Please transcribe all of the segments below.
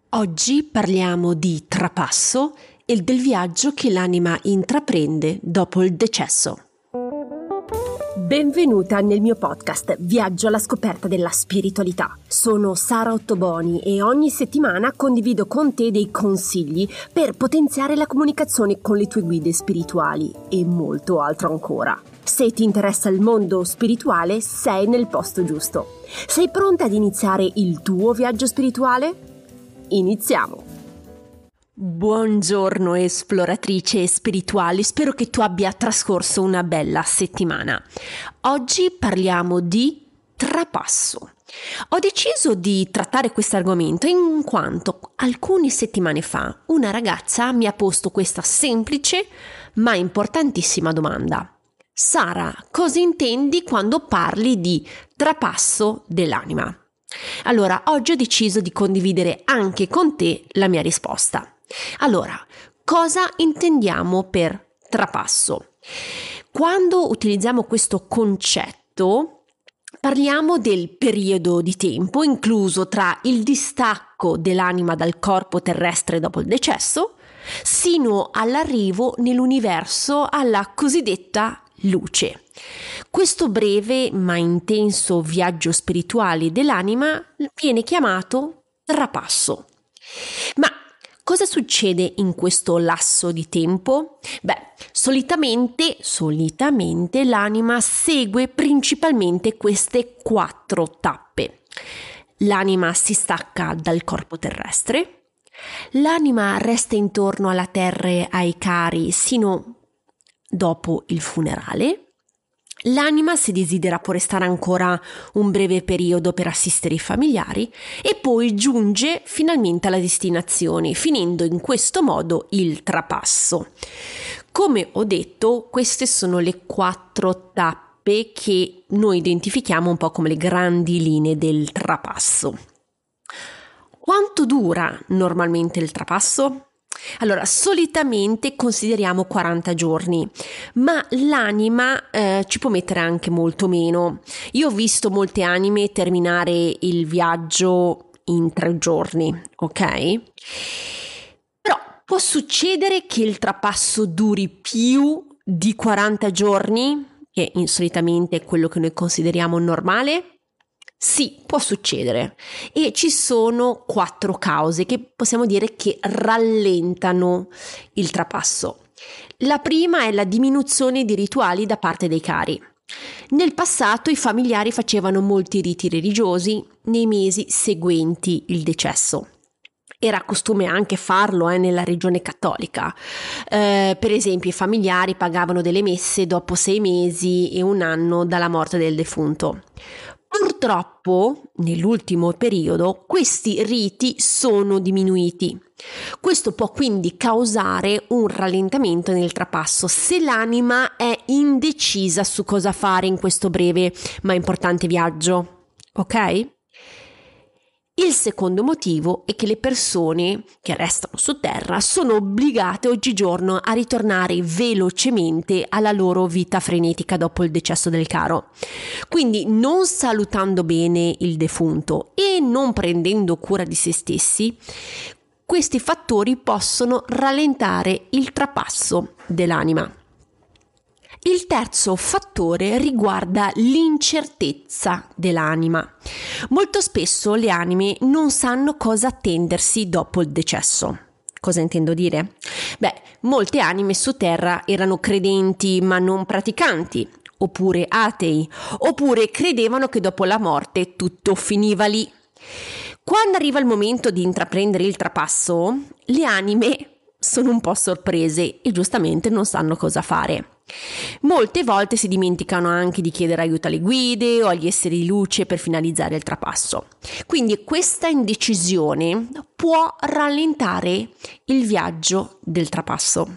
Oggi parliamo di trapasso e del viaggio che l'anima intraprende dopo il decesso. Benvenuta nel mio podcast Viaggio alla scoperta della spiritualità. Sono Sara Ottoboni e ogni settimana condivido con te dei consigli per potenziare la comunicazione con le tue guide spirituali e molto altro ancora. Se ti interessa il mondo spirituale, sei nel posto giusto. Sei pronta ad iniziare il tuo viaggio spirituale? Iniziamo! Buongiorno esploratrice spirituali, spero che tu abbia trascorso una bella settimana. Oggi parliamo di trapasso. Ho deciso di trattare questo argomento in quanto alcune settimane fa una ragazza mi ha posto questa semplice ma importantissima domanda. Sara, cosa intendi quando parli di trapasso dell'anima? Allora, oggi ho deciso di condividere anche con te la mia risposta. Allora, cosa intendiamo per trapasso? Quando utilizziamo questo concetto, parliamo del periodo di tempo incluso tra il distacco dell'anima dal corpo terrestre dopo il decesso, sino all'arrivo nell'universo alla cosiddetta luce. Questo breve ma intenso viaggio spirituale dell'anima viene chiamato trapasso. Ma cosa succede in questo lasso di tempo? Solitamente l'anima segue principalmente queste 4 tappe. L'anima si stacca dal corpo terrestre, l'anima resta intorno alla terra e ai cari sino dopo il funerale. L'anima, se desidera, può restare ancora un breve periodo per assistere i familiari e poi giunge finalmente alla destinazione, finendo in questo modo il trapasso. Come ho detto, queste sono le 4 tappe che noi identifichiamo un po' come le grandi linee del trapasso. Quanto dura normalmente il trapasso? Allora, solitamente consideriamo 40 giorni, ma l'anima ci può mettere anche molto meno. Io ho visto molte anime terminare il viaggio in 3 giorni, ok? Però può succedere che il trapasso duri più di 40 giorni, che solitamente è quello che noi consideriamo normale. Sì, può succedere e ci sono 4 cause che possiamo dire che rallentano il trapasso. La prima è la diminuzione di rituali da parte dei cari. Nel passato i familiari facevano molti riti religiosi nei mesi seguenti il decesso. Era costume anche farlo nella religione cattolica. Per esempio, i familiari pagavano delle messe dopo 6 mesi e 1 anno dalla morte del defunto. Purtroppo, nell'ultimo periodo, questi riti sono diminuiti. Questo può quindi causare un rallentamento nel trapasso se l'anima è indecisa su cosa fare in questo breve ma importante viaggio. Ok? Il secondo motivo è che le persone che restano su terra sono obbligate oggigiorno a ritornare velocemente alla loro vita frenetica dopo il decesso del caro. Quindi, non salutando bene il defunto e non prendendo cura di se stessi, questi fattori possono rallentare il trapasso dell'anima. Il terzo fattore riguarda l'incertezza dell'anima. Molto spesso le anime non sanno cosa attendersi dopo il decesso. Cosa intendo dire? Molte anime su terra erano credenti ma non praticanti, oppure atei, oppure credevano che dopo la morte tutto finiva lì. Quando arriva il momento di intraprendere il trapasso, le anime sono un po' sorprese e giustamente non sanno cosa fare. Molte volte si dimenticano anche di chiedere aiuto alle guide o agli esseri di luce per finalizzare il trapasso. Quindi questa indecisione può rallentare il viaggio del trapasso.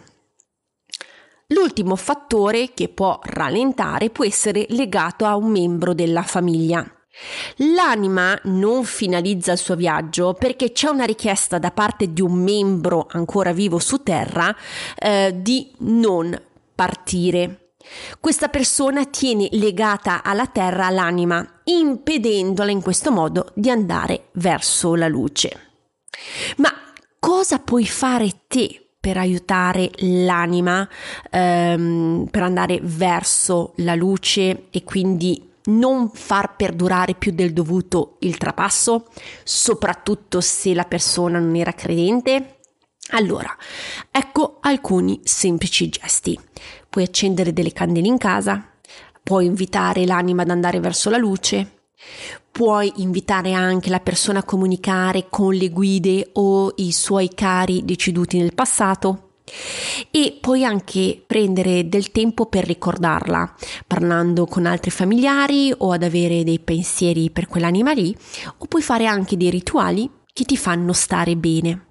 L'ultimo fattore che può rallentare può essere legato a un membro della famiglia. L'anima non finalizza il suo viaggio perché c'è una richiesta da parte di un membro ancora vivo su terra di non partire. Questa persona tiene legata alla terra l'anima, impedendola in questo modo di andare verso la luce. Ma cosa puoi fare te per aiutare l'anima, per andare verso la luce e quindi non far perdurare più del dovuto il trapasso, soprattutto se la persona non era credente? Allora, ecco alcuni semplici gesti. Puoi accendere delle candele in casa, puoi invitare l'anima ad andare verso la luce, puoi invitare anche la persona a comunicare con le guide o i suoi cari deceduti nel passato e puoi anche prendere del tempo per ricordarla, parlando con altri familiari o ad avere dei pensieri per quell'anima lì, o puoi fare anche dei rituali che ti fanno stare bene.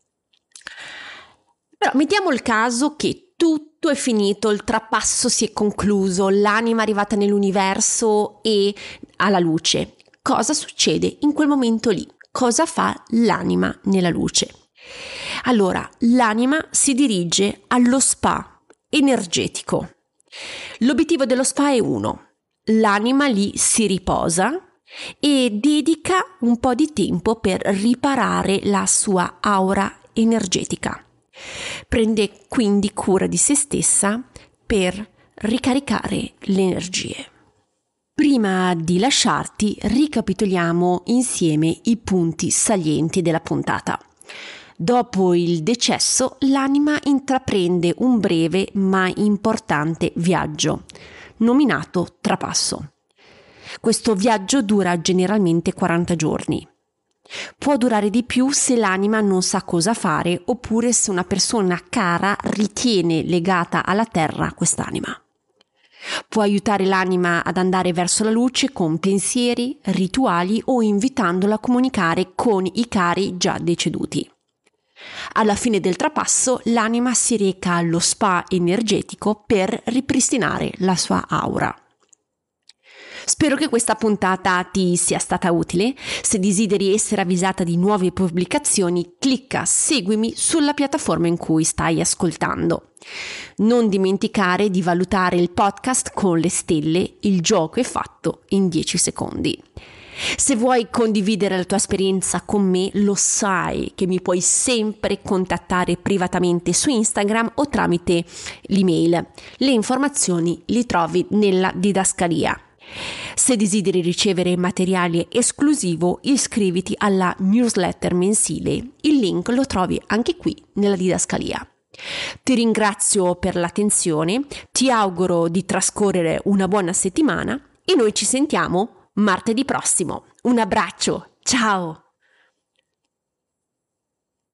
Però mettiamo il caso che tutto è finito, il trapasso si è concluso, l'anima è arrivata nell'universo e alla luce. Cosa succede in quel momento lì? Cosa fa l'anima nella luce? Allora, l'anima si dirige allo spa energetico. L'obiettivo dello spa è uno: l'anima lì si riposa e dedica un po' di tempo per riparare la sua aura energetica. Prende quindi cura di se stessa per ricaricare le energie. Prima di lasciarti, ricapitoliamo insieme i punti salienti della puntata. Dopo il decesso, l'anima intraprende un breve ma importante viaggio, nominato trapasso. Questo viaggio dura generalmente 40 giorni. Può durare di più se l'anima non sa cosa fare oppure se una persona cara ritiene legata alla terra quest'anima. Può aiutare l'anima ad andare verso la luce con pensieri, rituali o invitandola a comunicare con i cari già deceduti. Alla fine del trapasso, l'anima si reca allo spa energetico per ripristinare la sua aura. Spero che questa puntata ti sia stata utile. Se desideri essere avvisata di nuove pubblicazioni, clicca seguimi sulla piattaforma in cui stai ascoltando. Non dimenticare di valutare il podcast con le stelle, il gioco è fatto in 10 secondi. Se vuoi condividere la tua esperienza con me, lo sai che mi puoi sempre contattare privatamente su Instagram o tramite l'email. Le informazioni li trovi nella didascalia. Se desideri ricevere materiale esclusivo, iscriviti alla newsletter mensile. Il link lo trovi anche qui nella didascalia. Ti ringrazio per l'attenzione, ti auguro di trascorrere una buona settimana e noi ci sentiamo martedì prossimo. Un abbraccio, ciao!